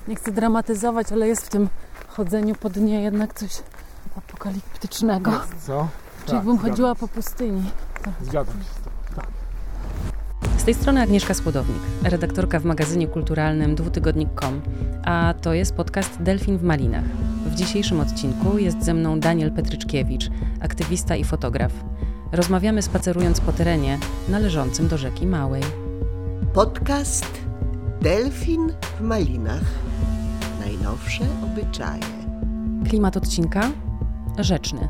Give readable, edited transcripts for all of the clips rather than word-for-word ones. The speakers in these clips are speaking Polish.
Nie chcę dramatyzować, ale jest w tym chodzeniu po dnie jednak coś apokaliptycznego. Co? Czyli bym chodziła po pustyni. Zgadzam się. Tak. Z tej strony Agnieszka Skłodownik, redaktorka w magazynie kulturalnym dwutygodnik.com, a to jest podcast Delfin w Malinach. W dzisiejszym odcinku jest ze mną Daniel Petryczkiewicz, aktywista i fotograf. Rozmawiamy spacerując po terenie należącym do rzeki Małej. Podcast Delfin w Malinach. Najnowsze obyczaje. Klimat odcinka? Rzeczny.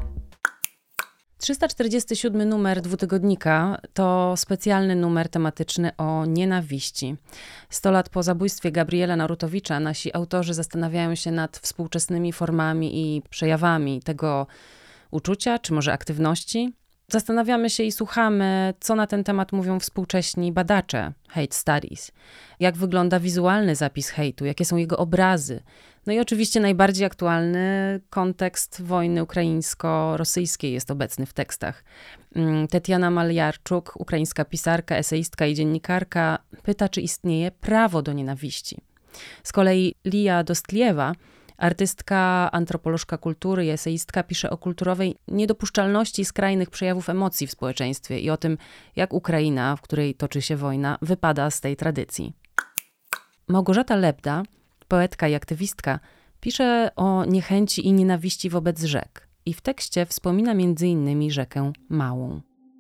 347 numer dwutygodnika to specjalny numer tematyczny o nienawiści. 100 lat po zabójstwie Gabriela Narutowicza nasi autorzy zastanawiają się nad współczesnymi formami i przejawami tego uczucia, czy może aktywności. Zastanawiamy się i słuchamy, co na ten temat mówią współcześni badacze hate studies. Jak wygląda wizualny zapis hejtu, jakie są jego obrazy. No i oczywiście najbardziej aktualny kontekst wojny ukraińsko-rosyjskiej jest obecny w tekstach. Tetiana Maljarczuk, ukraińska pisarka, eseistka i dziennikarka, pyta, czy istnieje prawo do nienawiści. Z kolei Lija Dostliewa, artystka, antropolożka kultury i eseistka, pisze o kulturowej niedopuszczalności skrajnych przejawów emocji w społeczeństwie i o tym, jak Ukraina, w której toczy się wojna, wypada z tej tradycji. Małgorzata Lebda, poetka i aktywistka, pisze o niechęci i nienawiści wobec rzek i w tekście wspomina m.in. rzekę Małą.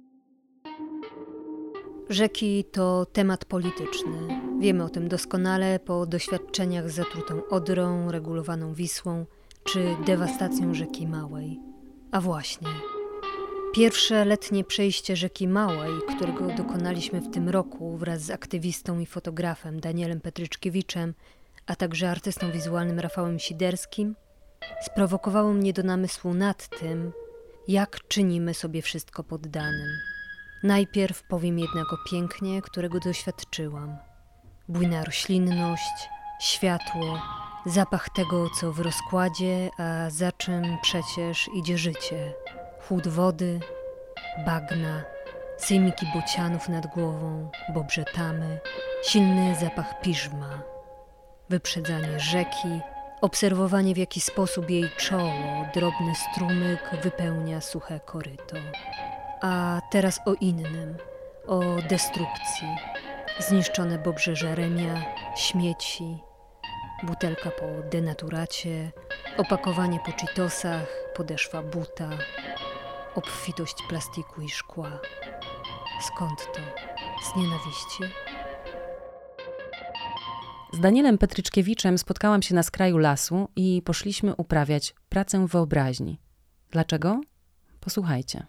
Rzeki to temat polityczny. Wiemy o tym doskonale po doświadczeniach z zatrutą Odrą, regulowaną Wisłą czy dewastacją rzeki Małej. A właśnie, pierwsze letnie przejście rzeki Małej, którego dokonaliśmy w tym roku wraz z aktywistą i fotografem Danielem Petryczkiewiczem, a także artystą wizualnym Rafałem Siderskim, sprowokowało mnie do namysłu nad tym, jak czynimy sobie wszystko poddanym. Najpierw powiem jednak o pięknie, którego doświadczyłam. Bujna roślinność, światło, zapach tego, co w rozkładzie, a za czym przecież idzie życie. Chłód wody, bagna, sejmiki bocianów nad głową, bobrze tamy, silny zapach piżma. Wyprzedzanie rzeki, obserwowanie w jaki sposób jej czoło, drobny strumyk wypełnia suche koryto. A teraz o innym, o destrukcji. Zniszczone bobrze Żeremia, śmieci, butelka po denaturacie, opakowanie po Cheetosach, podeszwa buta, obfitość plastiku i szkła. Skąd to? Z nienawiści? Z Danielem Petryczkiewiczem spotkałam się na skraju lasu i poszliśmy uprawiać pracę wyobraźni. Dlaczego? Posłuchajcie.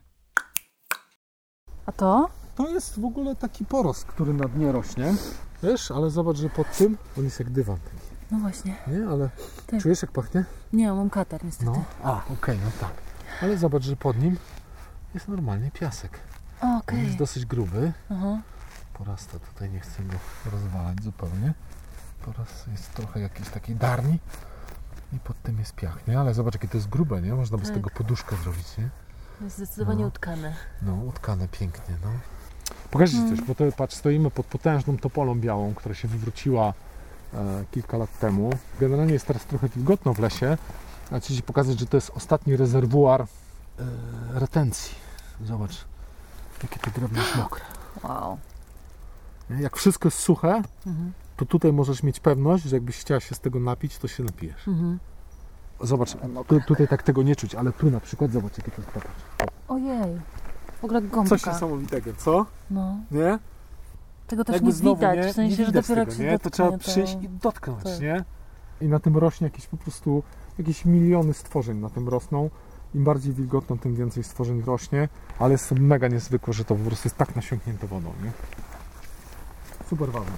A to? To jest w ogóle taki porost, który na dnie rośnie. Wiesz, ale zobacz, że pod tym on jest jak dywan. No właśnie. Nie, ale Tak. czujesz jak pachnie? Nie, mam katar niestety. No, okej, no tak. Ale zobacz, że pod nim jest normalnie piasek. On Okej. jest dosyć gruby. Aha. Porasta tutaj, nie chcę go rozwalać zupełnie. Poraz jest trochę jakiś taki darni i pod tym jest piach, nie? Ale zobacz, jakie to jest grube, nie? Można by z Tak. tego poduszkę zrobić, nie? Jest zdecydowanie No. utkane. No, utkane pięknie, no. Pokażę Ci coś, bo to, patrz, stoimy pod potężną topolą białą, która się wywróciła kilka lat temu. Generalnie jest teraz trochę wilgotno w lesie, a chcę Ci pokazać, że to jest ostatni rezerwuar retencji. Zobacz, jakie te drewno jest mokre. Wow. Nie? Jak wszystko jest suche, to tutaj możesz mieć pewność, że jakbyś chciała się z tego napić, to się napijesz. Zobacz, tutaj tak tego nie czuć, ale tu na przykład, zobacz, jakie to jest, popatrz. Ojej. W ogóle gąbka. Coś niesamowitego, co? No. Nie? Tego też Jakby nie znowu widać, nie, w sensie, nie że widać dopiero tego, jak się nie? dotknie, To trzeba przyjść i dotknąć, tak. nie? I na tym rośnie jakieś po prostu, jakieś miliony stworzeń na tym rosną. Im bardziej wilgotno, tym więcej stworzeń rośnie, ale jest mega niezwykłe, że to po prostu jest tak nasiąknięte wodą, nie? Super ważne.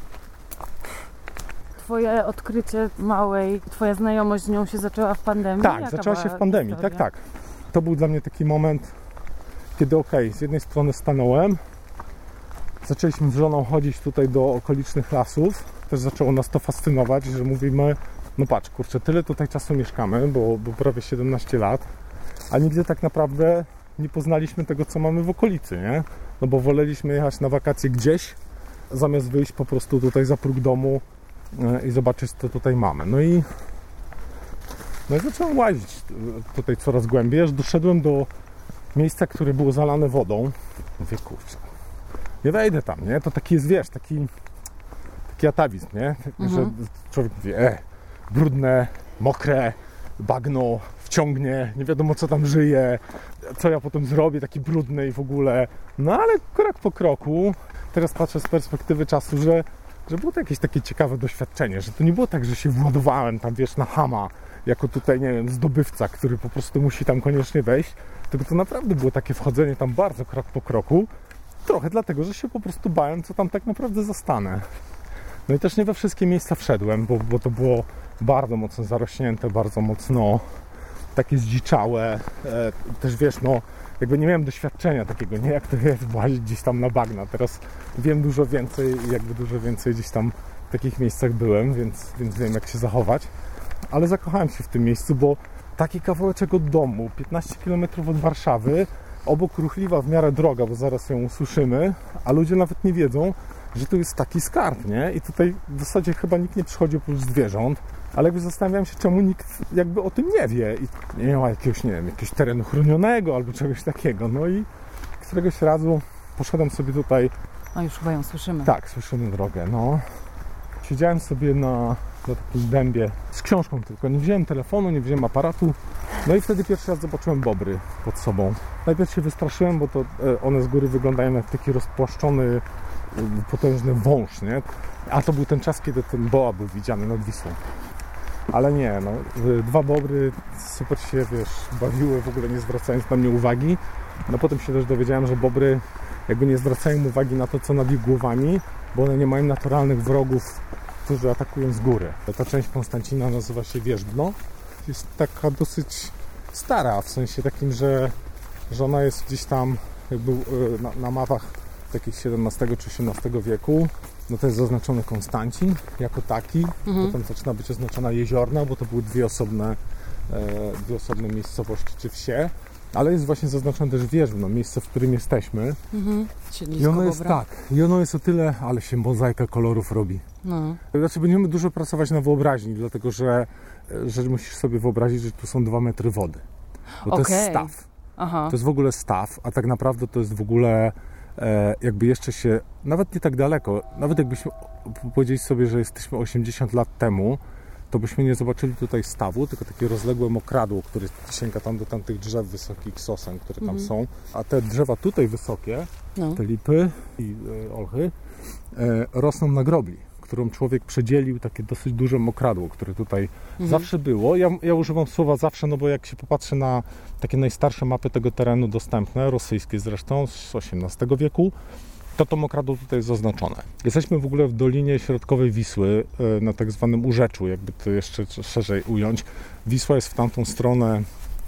Twoje odkrycie Małej, twoja znajomość z nią się zaczęła w pandemii? Tak, Jaka zaczęła się była w pandemii, historia? tak. To był dla mnie taki moment, kiedy z jednej strony stanąłem, zaczęliśmy z żoną chodzić tutaj do okolicznych lasów, też zaczęło nas to fascynować, że mówimy, no patrz, kurczę, tyle tutaj czasu mieszkamy, bo prawie 17 lat, a nigdy tak naprawdę nie poznaliśmy tego, co mamy w okolicy, nie? No bo woleliśmy jechać na wakacje gdzieś, zamiast wyjść po prostu tutaj za próg domu i zobaczyć, co tutaj mamy. No i zacząłem łazić tutaj coraz głębiej, aż doszedłem do miejsca, które było zalane wodą. Mówię, kurczę, nie wejdę tam, nie? To taki jest, wiesz, taki atawizm, nie? Że człowiek mówi, brudne, mokre, bagno wciągnie, nie wiadomo co tam żyje, co ja potem zrobię, taki brudny i w ogóle. No ale krok po kroku, teraz patrzę z perspektywy czasu, że było to jakieś takie ciekawe doświadczenie, że to nie było tak, że się władowałem tam, wiesz, na chama, jako tutaj, nie wiem, zdobywca, który po prostu musi tam koniecznie wejść, tylko to naprawdę było takie wchodzenie tam bardzo krok po kroku, trochę dlatego, że się po prostu bałem, co tam tak naprawdę zastanę. No i też nie we wszystkie miejsca wszedłem, bo to było bardzo mocno zarośnięte, bardzo mocno takie zdziczałe, też wiesz, no jakby nie miałem doświadczenia takiego, nie jak to jest włazić gdzieś tam na bagna. Teraz wiem dużo więcej i jakby dużo więcej gdzieś tam w takich miejscach byłem, więc wiem jak się zachować. Ale zakochałem się w tym miejscu, bo taki kawałeczek od domu, 15 km od Warszawy, obok ruchliwa w miarę droga, bo zaraz ją usłyszymy, a ludzie nawet nie wiedzą, że tu jest taki skarb, nie? I tutaj w zasadzie chyba nikt nie przychodzi oprócz zwierząt, ale jakby zastanawiałem się, czemu nikt jakby o tym nie wie i nie ma jakiegoś, nie wiem, jakiegoś terenu chronionego albo czegoś takiego. No i któregoś razu poszedłem sobie tutaj... A już chyba ją słyszymy. Tak, słyszymy drogę, no. Siedziałem sobie na takim dębie z książką tylko, nie wziąłem telefonu, nie wziąłem aparatu. No i wtedy pierwszy raz zobaczyłem bobry pod sobą. Najpierw się wystraszyłem, bo to one z góry wyglądają jak taki rozpłaszczony, potężny wąż, nie? A to był ten czas, kiedy ten boa był widziany nad Wisłą. Ale nie, no, dwa bobry super się, wiesz, bawiły, w ogóle nie zwracając na mnie uwagi. No potem się też dowiedziałem, że bobry jakby nie zwracają uwagi na to, co nad ich głowami, bo one nie mają naturalnych wrogów, którzy atakują z góry. Ta część Konstancina nazywa się Wierzbno. Jest taka dosyć stara, w sensie takim, że ona jest gdzieś tam jakby na mapach takich XVII czy XVIII wieku. No to jest zaznaczony Konstancin jako taki. Potem zaczyna być oznaczona Jeziorna, bo to były dwie osobne miejscowości czy wsie. Ale jest właśnie zaznaczone też Wierzbno, miejsce, w którym jesteśmy. I ono jest tak, i ono jest o tyle, ale się mozaika kolorów robi. No. Znaczy będziemy dużo pracować na wyobraźni, dlatego że musisz sobie wyobrazić, że tu są 2 metry wody. Bo to jest staw. Aha. To jest w ogóle staw, a tak naprawdę to jest w ogóle jakby jeszcze się, nawet nie tak daleko, nawet jakbyśmy powiedzieli sobie, że jesteśmy 80 lat temu, to byśmy nie zobaczyli tutaj stawu, tylko takie rozległe mokradło, które sięga tam do tamtych drzew wysokich sosen, które tam są. A te drzewa tutaj wysokie, te lipy i olchy, rosną na grobli, którą człowiek przedzielił, takie dosyć duże mokradło, które tutaj zawsze było. Ja używam słowa zawsze, no bo jak się popatrzy na takie najstarsze mapy tego terenu dostępne, rosyjskie zresztą, z XVIII wieku, to mokradło tutaj jest zaznaczone. Jesteśmy w ogóle w Dolinie Środkowej Wisły, na tak zwanym Urzeczu, jakby to jeszcze szerzej ująć. Wisła jest w tamtą stronę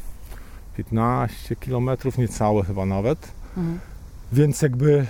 15 km, niecałe chyba nawet. Więc jakby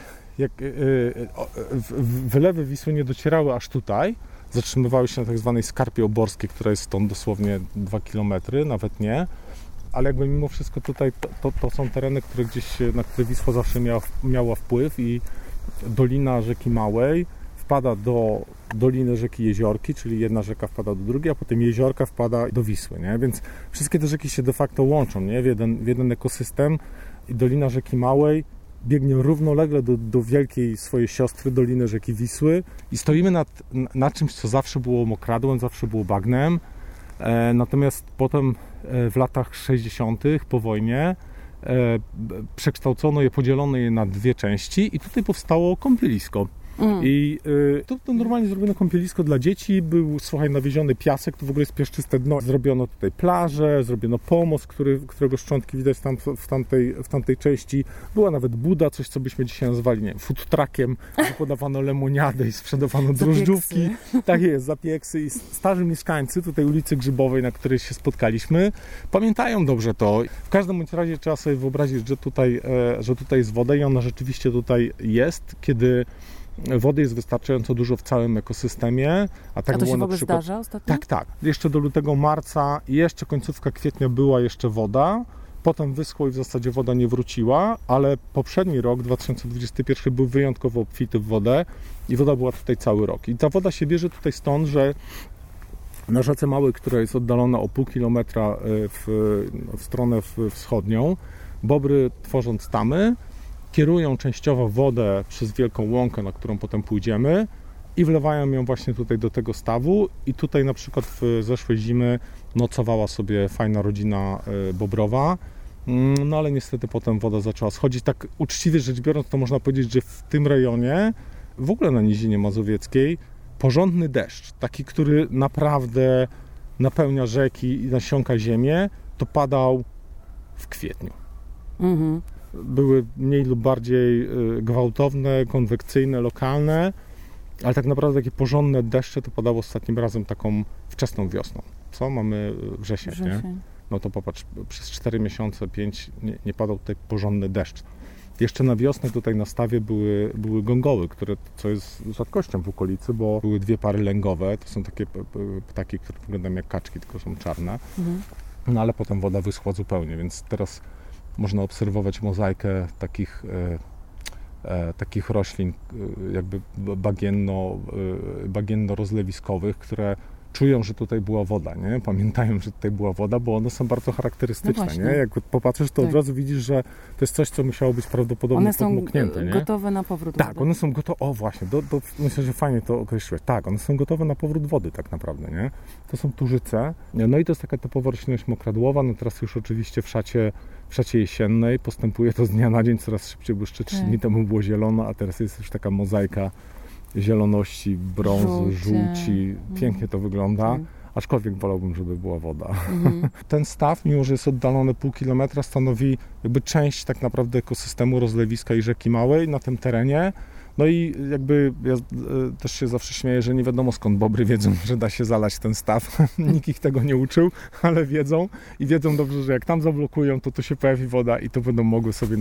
wylewy Wisły nie docierały aż tutaj, zatrzymywały się na tak zwanej Skarpie Oborskiej, która jest stąd dosłownie 2 km, nawet nie. Ale jakby mimo wszystko tutaj to są tereny, które gdzieś, na które Wisła zawsze miała wpływ i dolina rzeki Małej wpada do doliny rzeki Jeziorki, czyli jedna rzeka wpada do drugiej, a potem Jeziorka wpada do Wisły, nie? Więc wszystkie te rzeki się de facto łączą, nie? W jeden ekosystem i dolina rzeki Małej biegnie równolegle do wielkiej swojej siostry, doliny rzeki Wisły i stoimy nad czymś, co zawsze było mokradłem, zawsze było bagnem. Natomiast potem w latach 60. po wojnie przekształcono je, podzielono je na 2 części i tutaj powstało kąpielisko. I to normalnie zrobiono kąpielisko dla dzieci, był, słuchaj, nawieziony piasek, to w ogóle jest piaszczyste dno. Zrobiono tutaj plażę, zrobiono pomost, którego szczątki widać tam w tamtej części. Była nawet buda, coś co byśmy dzisiaj nazwali, nie wiem, food truckiem, gdzie podawano lemoniadę i sprzedawano drożdżówki. Tak jest, zapieksy. I starzy mieszkańcy tutaj ulicy Grzybowej, na której się spotkaliśmy, pamiętają dobrze to. W każdym bądź razie trzeba sobie wyobrazić, że tutaj jest woda i ona rzeczywiście tutaj jest, kiedy wody jest wystarczająco dużo w całym ekosystemie. A tak to było się w na ogóle przykład... zdarza ostatnio? Tak. Jeszcze do lutego, marca i jeszcze końcówka kwietnia była jeszcze woda. potem wyschło i w zasadzie woda nie wróciła, ale poprzedni rok, 2021, był wyjątkowo obfity w wodę i woda była tutaj cały rok. I ta woda się bierze tutaj stąd, że na rzece Małej, która jest oddalona o pół kilometra w stronę wschodnią, bobry, tworząc tamy, kierują częściowo wodę przez wielką łąkę, na którą potem pójdziemy, i wlewają ją właśnie tutaj do tego stawu. I tutaj na przykład w zeszłej zimy nocowała sobie fajna rodzina bobrowa, no ale niestety potem woda zaczęła schodzić. Tak uczciwie rzecz biorąc, to można powiedzieć, że w tym rejonie, w ogóle na Nizinie Mazowieckiej, porządny deszcz, taki, który naprawdę napełnia rzeki i nasiąka ziemię, to padał w kwietniu. Mhm. Były mniej lub bardziej gwałtowne, konwekcyjne, lokalne, ale tak naprawdę takie porządne deszcze to padało ostatnim razem taką wczesną wiosną. Co? Mamy wrzesień, nie? No to popatrz, przez 4 miesiące, 5 nie padał tutaj porządny deszcz. Jeszcze na wiosnę tutaj na stawie były gongoły, które, co jest rzadkością w okolicy, bo były 2 pary lęgowe. To są takie ptaki, które wyglądają jak kaczki, tylko są czarne. Mhm. No ale potem woda wyschła zupełnie, więc teraz można obserwować mozaikę takich roślin jakby bagienno-rozlewiskowych, które czują, że tutaj była woda, nie? Pamiętają, że tutaj była woda, bo one są bardzo charakterystyczne, No nie? Jak popatrzysz, to tak. Od razu widzisz, że to jest coś, co musiało być prawdopodobnie podmoknięte, nie? Gotowe na powrót Tak, wody. one są gotowe, o właśnie, myślę, że fajnie to określiłeś. Tak, one są gotowe na powrót wody tak naprawdę, nie? To są turzyce, no i to jest taka typowa roślinność mokradłowa, no teraz już oczywiście w szacie jesiennej postępuje to z dnia na dzień coraz szybciej, bo jeszcze 3 dni temu było zielono, a teraz jest już taka mozaika zieloności, brązu, żółci. Pięknie to wygląda, aczkolwiek wolałbym, żeby była woda. Ten staw, mimo że jest oddalony pół kilometra, stanowi jakby część tak naprawdę ekosystemu rozlewiska i rzeki Małej na tym terenie. No i jakby ja też się zawsze śmieję, że nie wiadomo skąd bobry wiedzą, że da się zalać ten staw. Nikt ich tego nie uczył, ale wiedzą i wiedzą dobrze, że jak tam zablokują, to tu się pojawi woda i to będą mogły sobie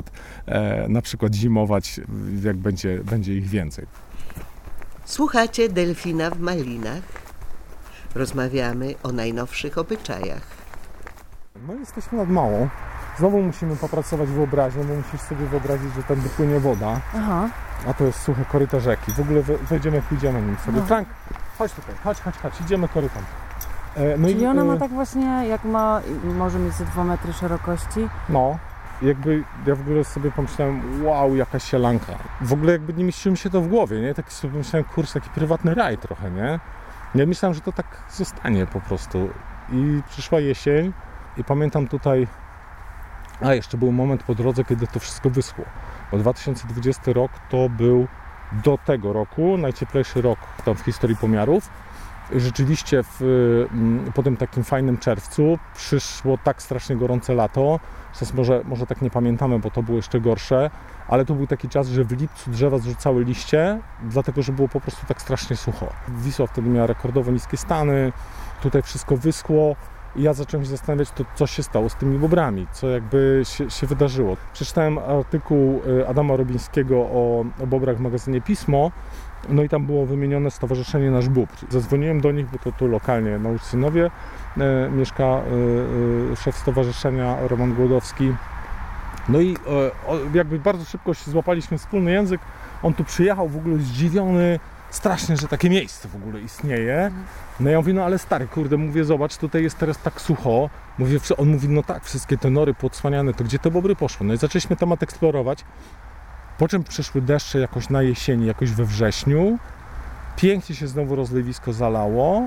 na przykład zimować, jak będzie ich więcej. Słuchacie Delfina w Malinach. Rozmawiamy o najnowszych obyczajach. No jesteśmy nad Małą. Znowu musimy popracować wyobraźnią, bo musisz sobie wyobrazić, że tam wypłynie woda. Aha. A to jest suche koryto rzeki. W ogóle wejdziemy, pójdziemy nim sobie. Frank, chodź tutaj, chodź, idziemy korytem. No czyli ona ma tak właśnie, jak może mieć ze 2 metry szerokości. No, jakby ja w ogóle sobie pomyślałem, wow, jaka sielanka. W ogóle jakby nie mieściło mi się to w głowie, nie? Taki sobie pomyślałem, kurczę, taki prywatny raj trochę, nie? Ja myślałem, że to tak zostanie po prostu. I przyszła jesień i pamiętam tutaj, jeszcze był moment po drodze, kiedy to wszystko wyschło. Bo 2020 rok to był do tego roku najcieplejszy rok tam w historii pomiarów. Rzeczywiście po tym takim fajnym czerwcu przyszło tak strasznie gorące lato. Teraz może tak nie pamiętamy, bo to było jeszcze gorsze, ale to był taki czas, że w lipcu drzewa zrzucały liście, dlatego że było po prostu tak strasznie sucho. Wisła wtedy miała rekordowo niskie stany, tutaj wszystko wyschło i ja zacząłem się zastanawiać, to co się stało z tymi bobrami, co jakby się wydarzyło. Przeczytałem artykuł Adama Robińskiego o bobrach w magazynie Pismo, no i tam było wymienione Stowarzyszenie Nasz Bóbr. Zadzwoniłem do nich, bo to tu lokalnie na Urszynowie mieszka szef stowarzyszenia Roman Głodowski. No i jakby bardzo szybko się złapaliśmy wspólny język. On tu przyjechał w ogóle zdziwiony strasznie, że takie miejsce w ogóle istnieje. No ja mówię, no ale stary, kurde, mówię, zobacz, tutaj jest teraz tak sucho. On mówi, no tak, wszystkie te nory podsłaniane, to gdzie te bobry poszły? No i zaczęliśmy temat eksplorować. Po czym przyszły deszcze jakoś na jesieni, jakoś we wrześniu. Pięknie się znowu rozlewisko zalało.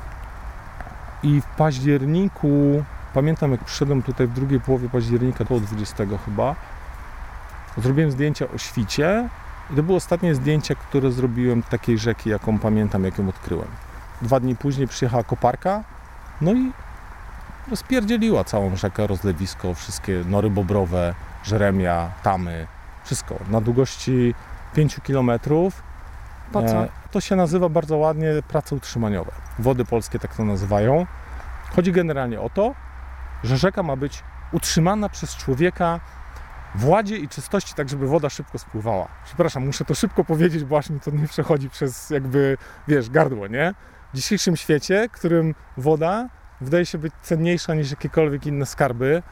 I w październiku, pamiętam jak przyszedłem tutaj w drugiej połowie października, około 20 chyba, zrobiłem zdjęcia o świcie. I to było ostatnie zdjęcie, które zrobiłem takiej rzeki, jaką pamiętam, jak ją odkryłem. 2 dni później przyjechała koparka, no i rozpierdzieliła całą rzekę, rozlewisko, wszystkie nory bobrowe, żeremia, tamy, wszystko. Na długości 5 kilometrów. Po co? To się nazywa bardzo ładnie prace utrzymaniowe. Wody polskie tak to nazywają. Chodzi generalnie o to, że rzeka ma być utrzymana przez człowieka w ładzie i czystości, tak żeby woda szybko spływała. Przepraszam, muszę to szybko powiedzieć, bo aż mi to nie przechodzi przez jakby, gardło, nie? W dzisiejszym świecie, w którym woda wydaje się być cenniejsza niż jakiekolwiek inne skarby,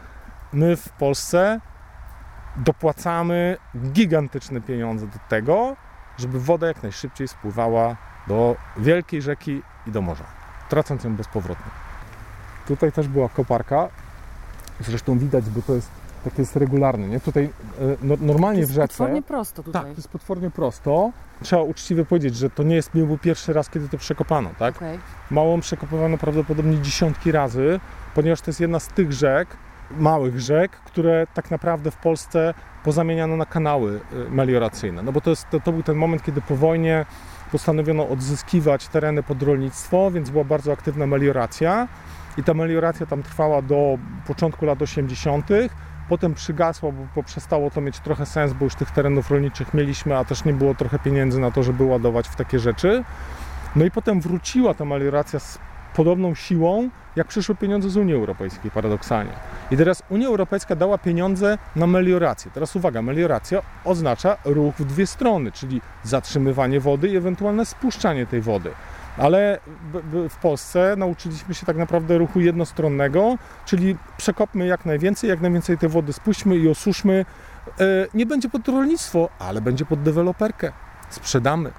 my w Polsce dopłacamy gigantyczne pieniądze do tego, żeby woda jak najszybciej spływała do wielkiej rzeki i do morza, tracąc ją bezpowrotnie. Tutaj też była koparka, zresztą widać, bo to jest regularne, nie? Tutaj normalnie w rzece... To jest potwornie prosto tutaj. Tak, to jest potwornie prosto. Trzeba uczciwie powiedzieć, że to nie był pierwszy raz, kiedy to przekopano, tak? Okay. Małą przekopywano prawdopodobnie dziesiątki razy, ponieważ to jest jedna z tych rzek, małych rzek, które tak naprawdę w Polsce pozamieniano na kanały melioracyjne. No bo to był ten moment, kiedy po wojnie postanowiono odzyskiwać tereny pod rolnictwo, więc była bardzo aktywna melioracja i ta melioracja tam trwała do początku lat 80. Potem przygasła, bo przestało to mieć trochę sens, bo już tych terenów rolniczych mieliśmy, a też nie było trochę pieniędzy na to, żeby ładować w takie rzeczy. No i potem wróciła ta melioracja z podobną siłą, jak przyszły pieniądze z Unii Europejskiej, paradoksalnie. I teraz Unia Europejska dała pieniądze na meliorację. Teraz uwaga, melioracja oznacza ruch w dwie strony, czyli zatrzymywanie wody i ewentualne spuszczanie tej wody. Ale w Polsce nauczyliśmy się tak naprawdę ruchu jednostronnego, czyli przekopmy jak najwięcej tej wody spuśćmy i osuszmy. Nie będzie pod rolnictwo, ale będzie pod deweloperkę. Sprzedamy.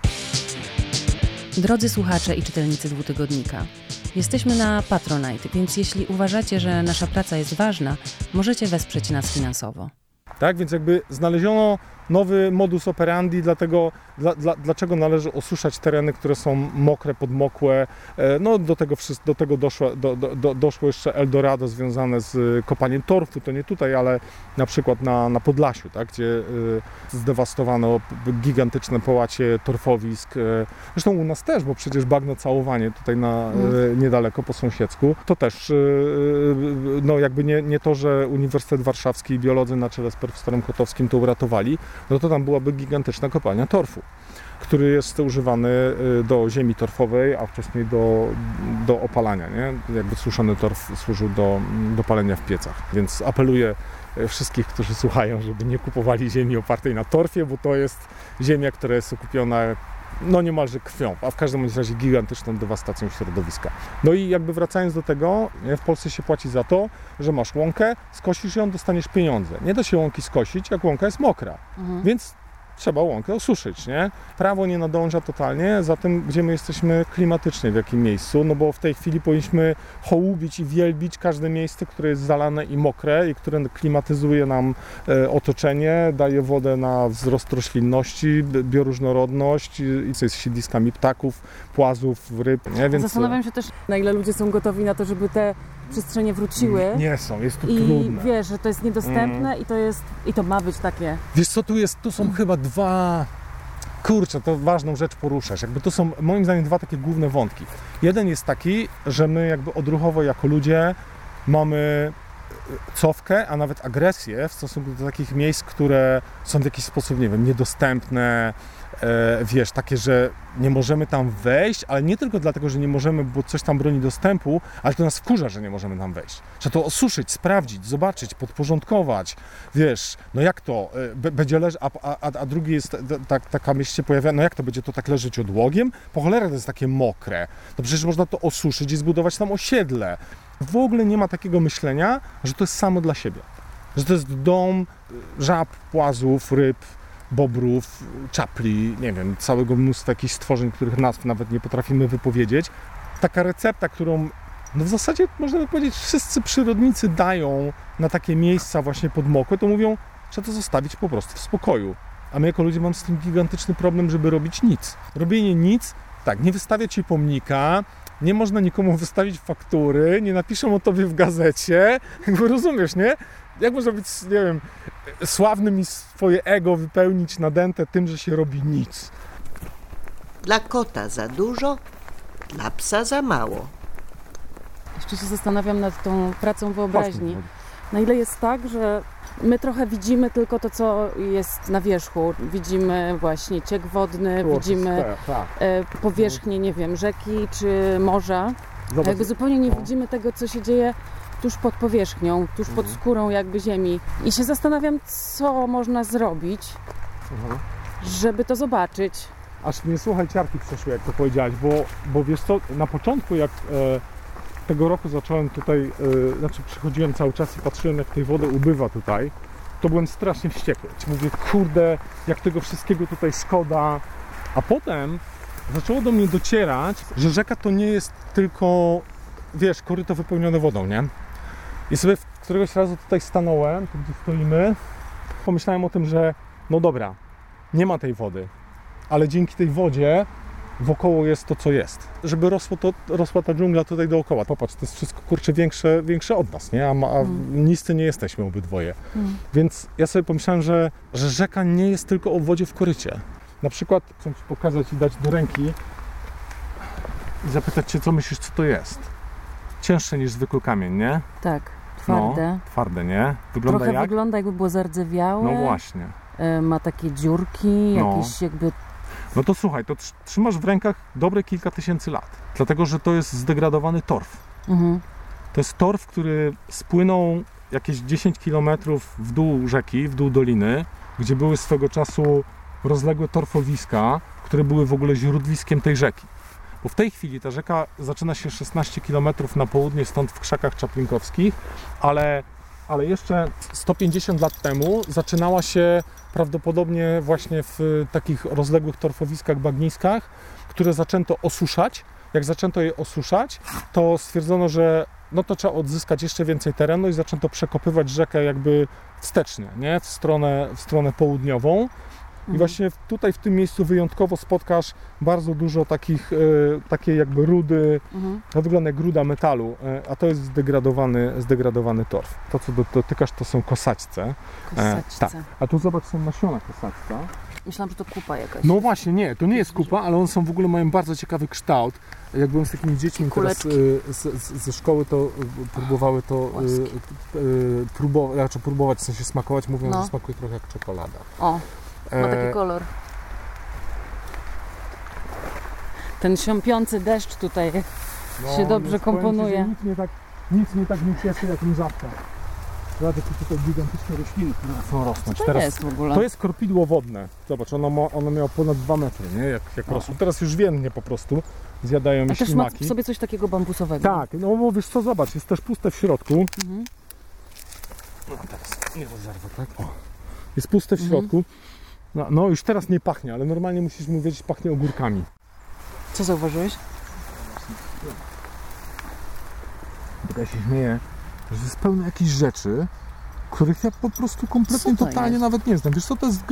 Drodzy słuchacze i czytelnicy Dwutygodnika, jesteśmy na Patronite, więc jeśli uważacie, że nasza praca jest ważna, możecie wesprzeć nas finansowo. Tak, więc jakby znaleziono nowy modus operandi, dlaczego należy osuszać tereny, które są mokre, podmokłe. No do tego doszło jeszcze Eldorado związane z kopaniem torfu, to nie tutaj, ale na przykład na Podlasiu, tak, gdzie zdewastowano gigantyczne połacie torfowisk. Zresztą u nas też, bo przecież bagno całowanie tutaj niedaleko po sąsiedzku. To też no jakby nie to, że Uniwersytet Warszawski i biolodzy na czele z profesorem Kotowskim to uratowali, no to tam byłaby gigantyczna kopalnia torfu, który jest używany do ziemi torfowej, a wcześniej do opalania, nie? Jakby suszony torf służył do palenia w piecach. Więc apeluję wszystkich, którzy słuchają, żeby nie kupowali ziemi opartej na torfie, bo to jest ziemia, która jest okupiona no niemalże krwią, a w każdym razie gigantyczną dewastacją środowiska. No i jakby wracając do tego, w Polsce się płaci za to, że masz łąkę, skosisz ją, dostaniesz pieniądze. Nie da się łąki skosić, jak łąka jest mokra, więc trzeba łąkę osuszyć, nie? Prawo nie nadąża totalnie za tym, gdzie my jesteśmy klimatycznie, w jakim miejscu, no bo w tej chwili powinniśmy hołubić i wielbić każde miejsce, które jest zalane i mokre i które klimatyzuje nam otoczenie, daje wodę na wzrost roślinności, bioróżnorodność i co jest siedliskami ptaków, płazów, ryb, nie? Więc zastanawiam się też, na ile ludzie są gotowi na to, żeby te przestrzenie wróciły. Nie są, jest to i trudne. I wiesz, że to jest niedostępne i to ma być takie. Wiesz co, tu są chyba dwa... Kurczę, to ważną rzecz poruszasz. Jakby to są moim zdaniem dwa takie główne wątki. Jeden jest taki, że my jakby odruchowo jako ludzie mamy cofkę, a nawet agresję w stosunku do takich miejsc, które są w jakiś sposób, nie wiem, niedostępne, wiesz, takie, że nie możemy tam wejść, ale nie tylko dlatego, że nie możemy, bo coś tam broni dostępu, ale to nas wkurza, że nie możemy tam wejść. Trzeba to osuszyć, sprawdzić, zobaczyć, podporządkować, wiesz, no jak to, będzie leżeć, a drugi jest, taka myśl się pojawia, no jak to, będzie to tak leżeć odłogiem? Po cholerę to jest takie mokre, to przecież można to osuszyć i zbudować tam osiedle. W ogóle nie ma takiego myślenia, że to jest samo dla siebie, że to jest dom żab, płazów, ryb, bobrów, czapli, nie wiem, całego mnóstwa jakichś stworzeń, których nazw nawet nie potrafimy wypowiedzieć. Taka recepta, którą no w zasadzie można by powiedzieć wszyscy przyrodnicy dają na takie miejsca właśnie podmokłe, to mówią, trzeba to zostawić po prostu w spokoju. A my jako ludzie mamy z tym gigantyczny problem, żeby robić nic. Robienie nic, tak, nie wystawia ci pomnika, nie można nikomu wystawić faktury, nie napiszą o tobie w gazecie, jakby rozumiesz, nie? Jak można być, nie wiem, sławnym i swoje ego wypełnić nadęte tym, że się robi nic? Dla kota za dużo, dla psa za mało. Jeszcze się zastanawiam nad tą pracą wyobraźni. Na ile jest tak, że my trochę widzimy tylko to, co jest na wierzchu. Widzimy właśnie ciek wodny, widzimy powierzchnię, nie wiem, rzeki czy morza. A jakby zupełnie nie widzimy tego, co się dzieje tuż pod powierzchnią, tuż pod skórą jakby ziemi. I się zastanawiam, co można zrobić, żeby to zobaczyć. Aż mnie słuchaj ciarki przeszły, jak to powiedziałaś, bo wiesz co, na początku jak tego roku zacząłem tutaj, przychodziłem cały czas i patrzyłem, jak tej wody ubywa tutaj, to byłem strasznie wściekły. Mówię, kurde, jak tego wszystkiego tutaj szkoda. A potem zaczęło do mnie docierać, że rzeka to nie jest tylko, wiesz, koryto wypełnione wodą, nie? I sobie któregoś razu tutaj stanąłem, tu gdzie stoimy, pomyślałem o tym, że no dobra, nie ma tej wody, ale dzięki tej wodzie wokoło jest to, co jest. Żeby rosła ta dżungla tutaj dookoła. Popatrz, to jest wszystko, kurczę, większe od nas, nie? A niscy nie jesteśmy obydwoje. Więc ja sobie pomyślałem, że rzeka nie jest tylko o wodzie w korycie. Na przykład chcę Ci pokazać i dać do ręki i zapytać Cię, co myślisz, co to jest. Cięższe niż zwykły kamień, nie? Tak, twarde. No, twarde, nie? Wygląda jakby było zardzewiałe. No właśnie. Ma takie dziurki, jakieś jakby... No to słuchaj, to trzymasz w rękach dobre kilka tysięcy lat. Dlatego, że to jest zdegradowany torf. To jest torf, który spłynął jakieś 10 km w dół rzeki, w dół doliny, gdzie były swego czasu rozległe torfowiska, które były w ogóle źródliskiem tej rzeki. Bo w tej chwili ta rzeka zaczyna się 16 km na południe, stąd w krzakach czaplinkowskich, ale jeszcze 150 lat temu zaczynała się prawdopodobnie właśnie w takich rozległych torfowiskach, bagniskach, które zaczęto osuszać. Jak zaczęto je osuszać, to stwierdzono, że no to trzeba odzyskać jeszcze więcej terenu i zaczęto przekopywać rzekę jakby wstecznie, nie? W stronę południową. I właśnie tutaj w tym miejscu wyjątkowo spotkasz bardzo dużo takiej jakby rudy, to wygląda jak ruda metalu, a to jest zdegradowany torf. To, co dotykasz, to są kosaćce. Tak. A tu zobacz, są nasiona kosaćca. Myślałam, że to kupa jakaś. No właśnie, nie, to nie jest kupa, ale one są w ogóle, mają bardzo ciekawy kształt. Jak byłem z takimi dziećmi teraz ze szkoły, to próbowały to próbować, w sensie smakować, mówią, że smakuje trochę jak czekolada. O. Ma taki kolor. Ten siąpiący deszcz tutaj się dobrze komponuje. Nic nie tak nie cieszy jak mrzawka. Zobacz, jakie tutaj gigantyczne rośliny, które są rosnąć. Co to jest w ogóle? To jest kropidło wodne. Zobacz, ono miało ponad 2 metry, nie? Jak rosło. Teraz już więdnie po prostu zjadają je ślimaki. A też ma w sobie coś takiego bambusowego. Tak, no bo wiesz co, zobacz, jest też puste w środku. No teraz nie rozerwę, tak? O. Jest puste w środku. No już teraz nie pachnie, ale normalnie musisz mu wiedzieć, pachnie ogórkami. Co zauważyłeś? Ja się śmieję, że jest pełno jakichś rzeczy, których ja po prostu kompletnie, totalnie nawet nie znam. Wiesz co, to jest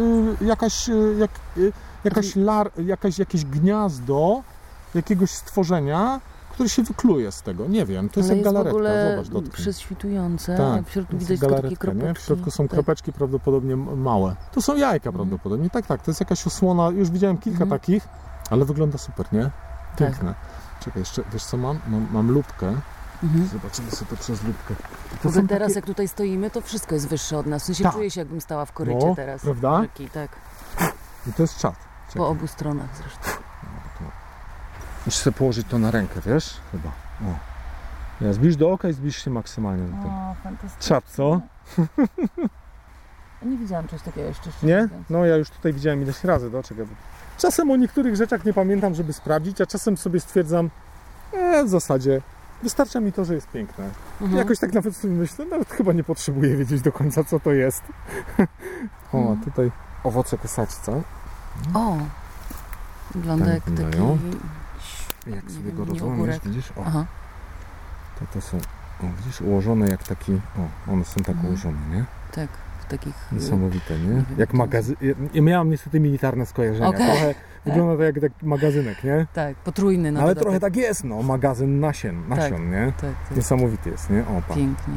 jakieś gniazdo jakiegoś stworzenia, które się wykluje z tego. Nie wiem, to jest jak galaretka. W ogóle zobacz, dotknij. prześwitujące. Tak, w środku widać galaretka, takie kropeczki. nie? W środku są kropeczki prawdopodobnie małe. To są jajka prawdopodobnie. Tak, to jest jakaś osłona. Już widziałem kilka takich, ale wygląda super, nie? Piękne. Czekaj, jeszcze, wiesz co mam? Mam lupkę. Zobaczymy sobie to przez lupkę. W ogóle teraz jak tutaj stoimy, to wszystko jest wyższe od nas. W sensie czuję się, jakbym stała w korycie teraz. Prawda? Rzeki, tak. I to jest czad. Czekaj. Po obu stronach zresztą. Musisz sobie położyć to na rękę, wiesz? Chyba. Ja zbliż do oka i zbliż się maksymalnie do tego. O, fantastycznie. Czad, co? Nie widziałam czegoś takiego jeszcze. Nie? No ja już tutaj widziałem ileś razy. Czekaj. Czasem o niektórych rzeczach nie pamiętam, żeby sprawdzić, a czasem sobie stwierdzam, w zasadzie wystarcza mi to, że jest piękne. Jakoś tak nawet sobie myślę, nawet chyba nie potrzebuję wiedzieć do końca, co to jest. O, tutaj owoce kosaćca. O! Wygląda tak jak taki... Jak sobie go rozłamiesz, widzisz? O. Aha. To są, widzisz, ułożone jak taki... one są tak ułożone, nie? Tak, w takich... Niesamowite, nie? Jak magazyn... Ja miałam niestety militarne skojarzenia. Trochę wygląda to jak magazynek, nie? Tak, potrójny na ale trochę tak jest, magazyn nasion, nie? Tak. Niesamowity jest, nie? Opa. Pięknie.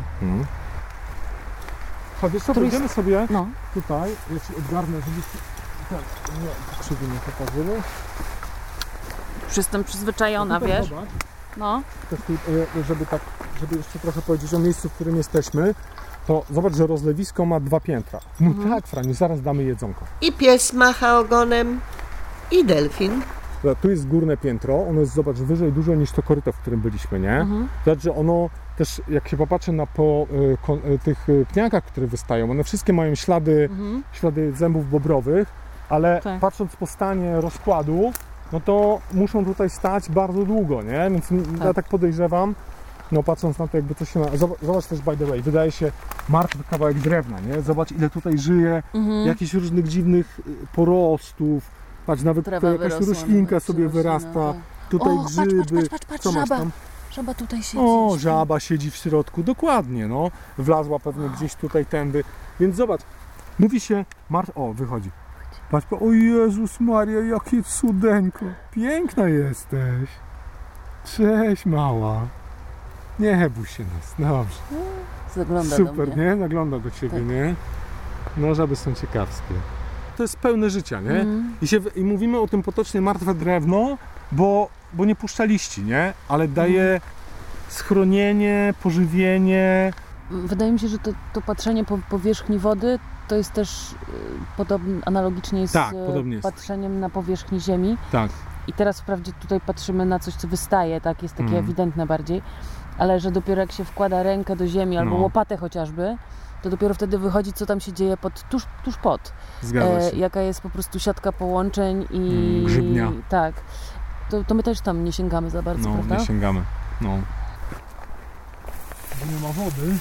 Chodź, jeszcze pójdziemy sobie tutaj, ja ci odgarnę, żebyś... Tak, nie, krzywy nie pokazywał. Już jestem przyzwyczajona, wiesz? Zobacz, no. Żeby jeszcze trochę powiedzieć o miejscu, w którym jesteśmy, to zobacz, że rozlewisko ma 2 piętra. No tak, Franiu, zaraz damy jedzonko. I pies macha ogonem, i delfin. Tu jest górne piętro, ono jest, zobacz, wyżej dużo niż to koryto, w którym byliśmy, nie? Zobacz, że ono też, jak się popatrzy po tych pniakach, które wystają, one wszystkie mają ślady zębów bobrowych, ale patrząc po stanie rozkładu, no to muszą tutaj stać bardzo długo, nie? Więc ja tak podejrzewam, no patrząc na to, jakby to się... Zobacz też, by the way, wydaje się martwy kawałek drewna, nie? Zobacz, ile tutaj żyje, jakichś różnych dziwnych porostów. Patrz, nawet tutaj jakaś roślinka sobie wyrasta, tutaj grzyby. Patrz, co masz tam? Żaba tutaj siedzi. O, żaba siedzi w środku, dokładnie, no. Wlazła pewnie gdzieś tutaj tędy. Więc zobacz, mówi się... O, wychodzi. Patrz, o Jezus Maria, jakie cudeńko. Piękna jesteś. Cześć, mała. Nie bój się nas, dobrze. Zagląda super, do mnie. nie? Zagląda do ciebie, tak. Nie? No, żaby są ciekawskie. To jest pełne życia, nie? I mówimy o tym potocznie martwe drewno, bo nie puszcza liści, nie? Ale daje schronienie, pożywienie. Wydaje mi się, że to patrzenie po powierzchni wody to jest też analogicznie z patrzeniem na powierzchni ziemi. Tak. I teraz wprawdzie tutaj patrzymy na coś, co wystaje, tak? Jest takie ewidentne bardziej, ale że dopiero jak się wkłada rękę do ziemi albo łopatę chociażby, to dopiero wtedy wychodzi, co tam się dzieje tuż pod. Zgadza się. Jaka jest po prostu siatka połączeń i... Grzybnia. Tak. To my też tam nie sięgamy za bardzo, prawda? Nie sięgamy, no. Bo nie ma wody.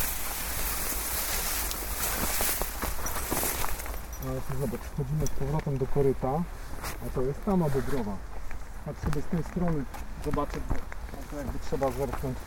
Ale to zobacz, wchodzimy z powrotem do koryta, a to jest tama bobrowa. Patrz sobie z tej strony, zobaczę, to jakby trzeba zerknąć.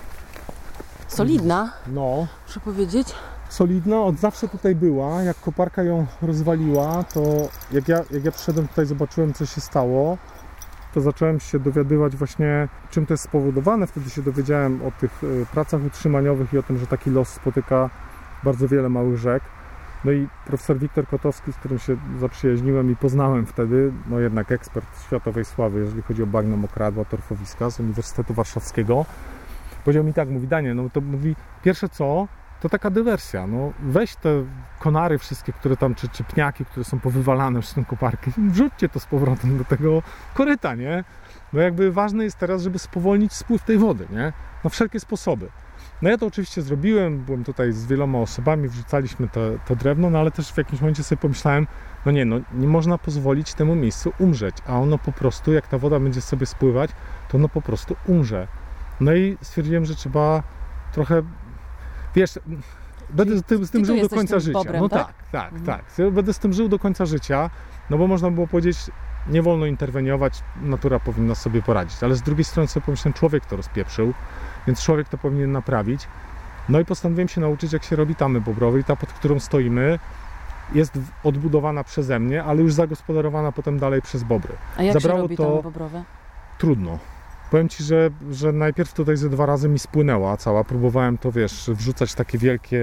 Solidna, no. Muszę powiedzieć. Solidna, od zawsze tutaj była. Jak koparka ją rozwaliła, to jak ja przyszedłem tutaj, zobaczyłem, co się stało, to zacząłem się dowiadywać właśnie, czym to jest spowodowane. Wtedy się dowiedziałem o tych pracach utrzymaniowych i o tym, że taki los spotyka bardzo wiele małych rzek. No i profesor Wiktor Kotowski, z którym się zaprzyjaźniłem i poznałem wtedy, no jednak ekspert światowej sławy, jeżeli chodzi o bagna, mokradła, torfowiska z Uniwersytetu Warszawskiego, powiedział mi tak, mówi: Daniel, no to mówi, pierwsze co, to taka dywersja, no weź te konary wszystkie, które tam, czy pniaki, które są powywalane przez tą koparkę, wrzućcie to z powrotem do tego koryta, nie? Bo jakby ważne jest teraz, żeby spowolnić spływ tej wody, nie? Na wszelkie sposoby. No ja to oczywiście zrobiłem, byłem tutaj z wieloma osobami, wrzucaliśmy to drewno, no ale też w jakimś momencie sobie pomyślałem, nie można pozwolić temu miejscu umrzeć, a ono po prostu, jak ta woda będzie sobie spływać, to ono po prostu umrze. No i stwierdziłem, że trzeba trochę, wiesz, będę z tym żył do końca życia. Bobrem, no tak? Tak. Będę z tym żył do końca życia, no bo można było powiedzieć, nie wolno interweniować, natura powinna sobie poradzić. Ale z drugiej strony sobie pomyślałem, człowiek to rozpieprzył, więc człowiek to powinien naprawić. No i postanowiłem się nauczyć, jak się robi tamy bobrowej. Ta, pod którą stoimy, jest odbudowana przeze mnie, ale już zagospodarowana potem dalej przez bobry. A jak się robi tamy bobrowe? Trudno. Powiem Ci, że najpierw tutaj ze 2 razy mi spłynęła cała. Próbowałem to, wiesz, wrzucać takie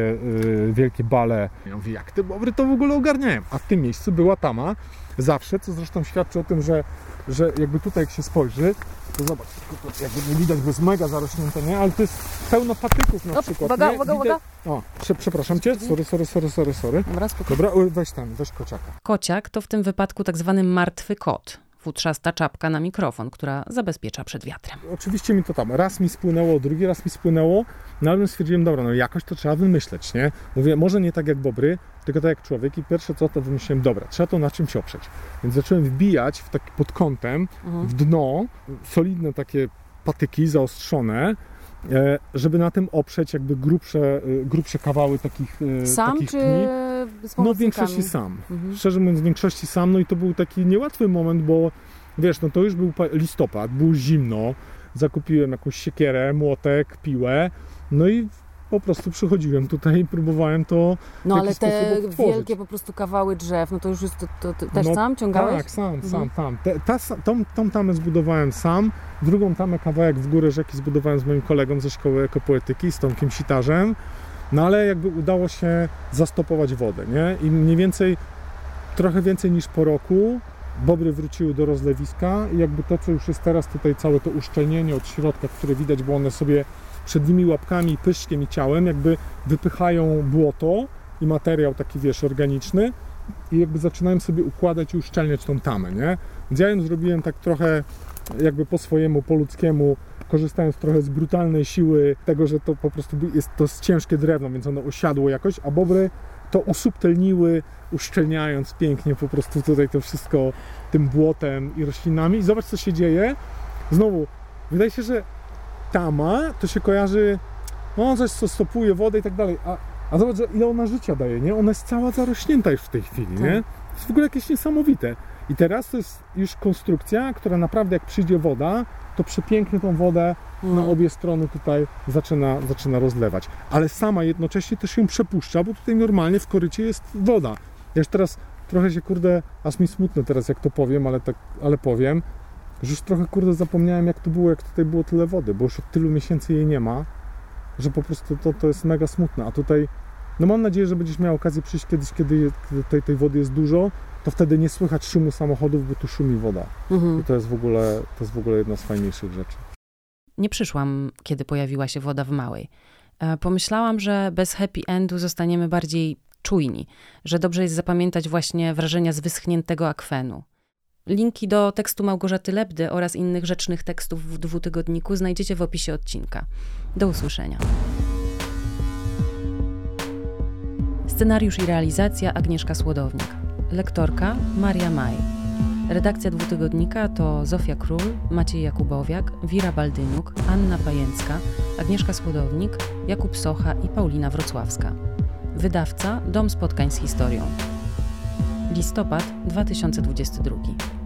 wielkie bale. Ja mówię, jak te bobry to w ogóle ogarniają? A w tym miejscu była tama zawsze, co zresztą świadczy o tym, że jakby tutaj jak się spojrzy, to zobacz, jakby nie widać, bo jest mega zarośnięte, nie? Ale to jest pełno patyków na przykład. Uwaga. O, przepraszam Cię, sorry. Dobra, weź kociaka. Kociak to w tym wypadku tak zwany martwy kot. Futrzasta czapka na mikrofon, która zabezpiecza przed wiatrem. Oczywiście mi to tam raz mi spłynęło, drugi raz mi spłynęło, no ale stwierdziłem, dobra, no jakoś to trzeba wymyśleć, nie? Mówię, może nie tak jak bobry, tylko tak jak człowiek i pierwsze co, to wymyśliłem, dobra, trzeba to na czymś oprzeć. Więc zacząłem wbijać w taki pod kątem w dno solidne takie patyki zaostrzone, żeby na tym oprzeć jakby grubsze kawały takich takich czy z no w większości sam. Szczerze mówiąc, w większości sam. No i to był taki niełatwy moment, bo wiesz, no to już był listopad, było zimno, zakupiłem jakąś siekierę, młotek, piłę, no i po prostu przychodziłem tutaj i próbowałem to no ale te wielkie po prostu kawały drzew, no to już jest to też sam ciągałeś? Tak, sam. Tą tamę zbudowałem sam, drugą tamę kawałek w górę rzeki zbudowałem z moim kolegą ze szkoły ekopoetyki, z Tomkiem Sitarzem, no ale jakby udało się zastopować wodę, nie? I mniej więcej, trochę więcej niż po roku bobry wróciły do rozlewiska i jakby to, co już jest teraz tutaj, całe to uszczelnienie od środka, które widać, bo one sobie przednimi łapkami, pyszczkiem i ciałem jakby wypychają błoto i materiał taki, wiesz, organiczny i jakby zaczynałem sobie układać i uszczelniać tą tamę, nie? Więc ja ją zrobiłem tak trochę jakby po swojemu, po ludzkiemu, korzystając trochę z brutalnej siły tego, że to po prostu jest ciężkie drewno, więc ono osiadło jakoś, a bobry to usubtelniły, uszczelniając pięknie po prostu tutaj to wszystko tym błotem i roślinami. I zobacz, co się dzieje. Znowu, wydaje się, że tama to się kojarzy, no coś, co stopuje wodę i tak dalej, a zobacz, ile ona życia daje, nie? Ona jest cała zarośnięta już w tej chwili, nie? To jest w ogóle jakieś niesamowite. I teraz to jest już konstrukcja, która naprawdę jak przyjdzie woda, to przepięknie tą wodę na obie strony tutaj zaczyna rozlewać. Ale sama jednocześnie też ją przepuszcza, bo tutaj normalnie w korycie jest woda. Ja już teraz trochę się, aż mi smutno teraz jak to powiem, ale powiem, że już trochę, zapomniałem jak to było, jak tutaj było tyle wody, bo już od tylu miesięcy jej nie ma, że po prostu to jest mega smutne. A tutaj, no mam nadzieję, że będziesz miał okazję przyjść kiedyś, kiedy tej wody jest dużo, to wtedy nie słychać szumu samochodów, bo tu szumi woda. I to jest w ogóle jedna z fajniejszych rzeczy. Nie przyszłam, kiedy pojawiła się woda w Małej. Pomyślałam, że bez happy endu zostaniemy bardziej czujni, że dobrze jest zapamiętać właśnie wrażenia z wyschniętego akwenu. Linki do tekstu Małgorzaty Lebdy oraz innych rzecznych tekstów w dwutygodniku znajdziecie w opisie odcinka. Do usłyszenia. Scenariusz i realizacja Agnieszka Słodownik. Lektorka Maria Maj. Redakcja dwutygodnika to Zofia Król, Maciej Jakubowiak, Wira Baldyniuk, Anna Pajęcka, Agnieszka Słodownik, Jakub Socha i Paulina Wrocławska. Wydawca Dom Spotkań z Historią. Listopad 2022.